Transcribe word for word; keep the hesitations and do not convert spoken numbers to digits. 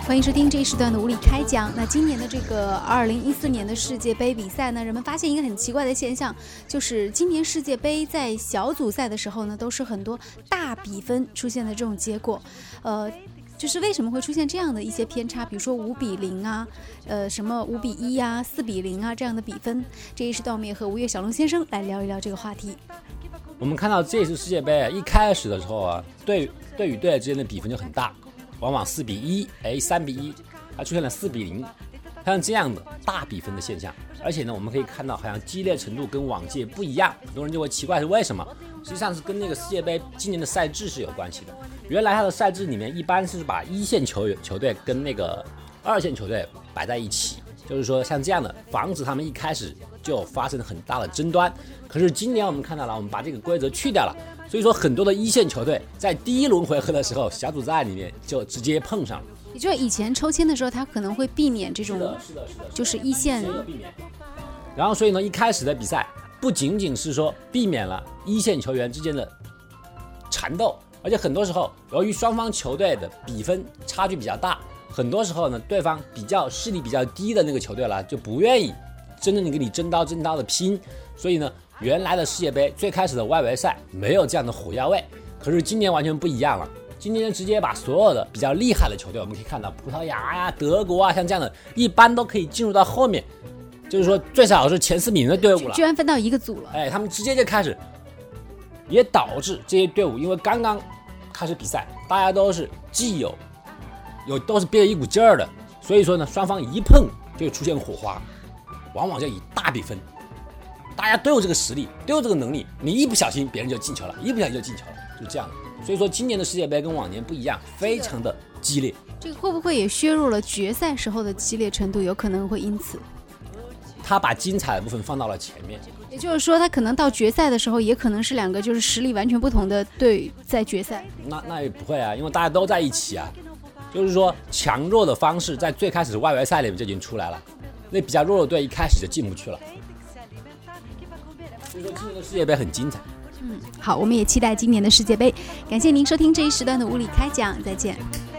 欢迎收听这一时段的无理开讲。那今年的这个二零一四年的世界杯比赛呢，人们发现一个很奇怪的现象，就是今年世界杯在小组赛的时候呢，都是很多大比分出现的这种结果。呃，就是为什么会出现这样的一些偏差，比如说五比零啊，呃，什么五比一啊，四比零啊这样的比分。这一时段我们也和吴越小龙先生来聊一聊这个话题。 我们看到这次世界杯一开始的时候啊，队队与队之间的比分就很大。往往四比一，哎，三比一，还出现了四比零，像这样的大比分的现象。而且呢，我们可以看到，好像激烈程度跟往届不一样。很多人就会奇怪是为什么？实际上是跟那个世界杯今年的赛制是有关系的。原来它的赛制里面一般是把一线球球队跟那个二线球队摆在一起，就是说像这样的，防止他们一开始就发生很大的争端。可是今年我们看到了，我们把这个规则去掉了。所以说很多的一线球队在第一轮回合的时候，小组赛里面就直接碰上了。 也就是以前抽签的时候，他可能会避免这种， 是的，是的，是的， 就是一线避免。然后所以呢，一开始的比赛不仅仅是说避免了一线球员之间的缠斗，而且很多时候由于双方球队的比分差距比较大，很多时候呢，对方比较势力比较低的那个球队了就不愿意真正的跟你真刀真刀的拼，所以呢。原来的世界杯最开始的外围赛没有这样的火药味，可是今年完全不一样了。今年直接把所有的比较厉害的球队，我们可以看到葡萄牙呀、德国啊，像这样的，一般都可以进入到后面，就是说最少是前四名的队伍了。 居然分到一个组了， 哎，他们直接就开始，也导致这些队伍因为刚刚开始比赛，大家都是既有有都是憋着一股劲儿的，所以说呢，双方一碰就出现火花，往往就以大比分。大家都有这个实力，都有这个能力，你一不小心别人就进球了，一不小心就进球了，就这样。所以说今年的世界杯跟往年不一样，非常的激烈。 这个会不会也削弱了决赛时候的激烈程度？有可能会因此， 他把精彩的部分放到了前面。 也就是说，他可能到决赛的时候，也可能是两个就是实力完全不同的队在决赛。 那那也不会啊，因为大家都在一起啊。就是说强弱的方式在最开始外围赛里面就已经出来了，那比较弱的队一开始就进不去了。所以说今年的世界杯很精彩。 嗯，好，我们也期待今年的世界杯。感谢您收听这一时段的无理开讲，再见。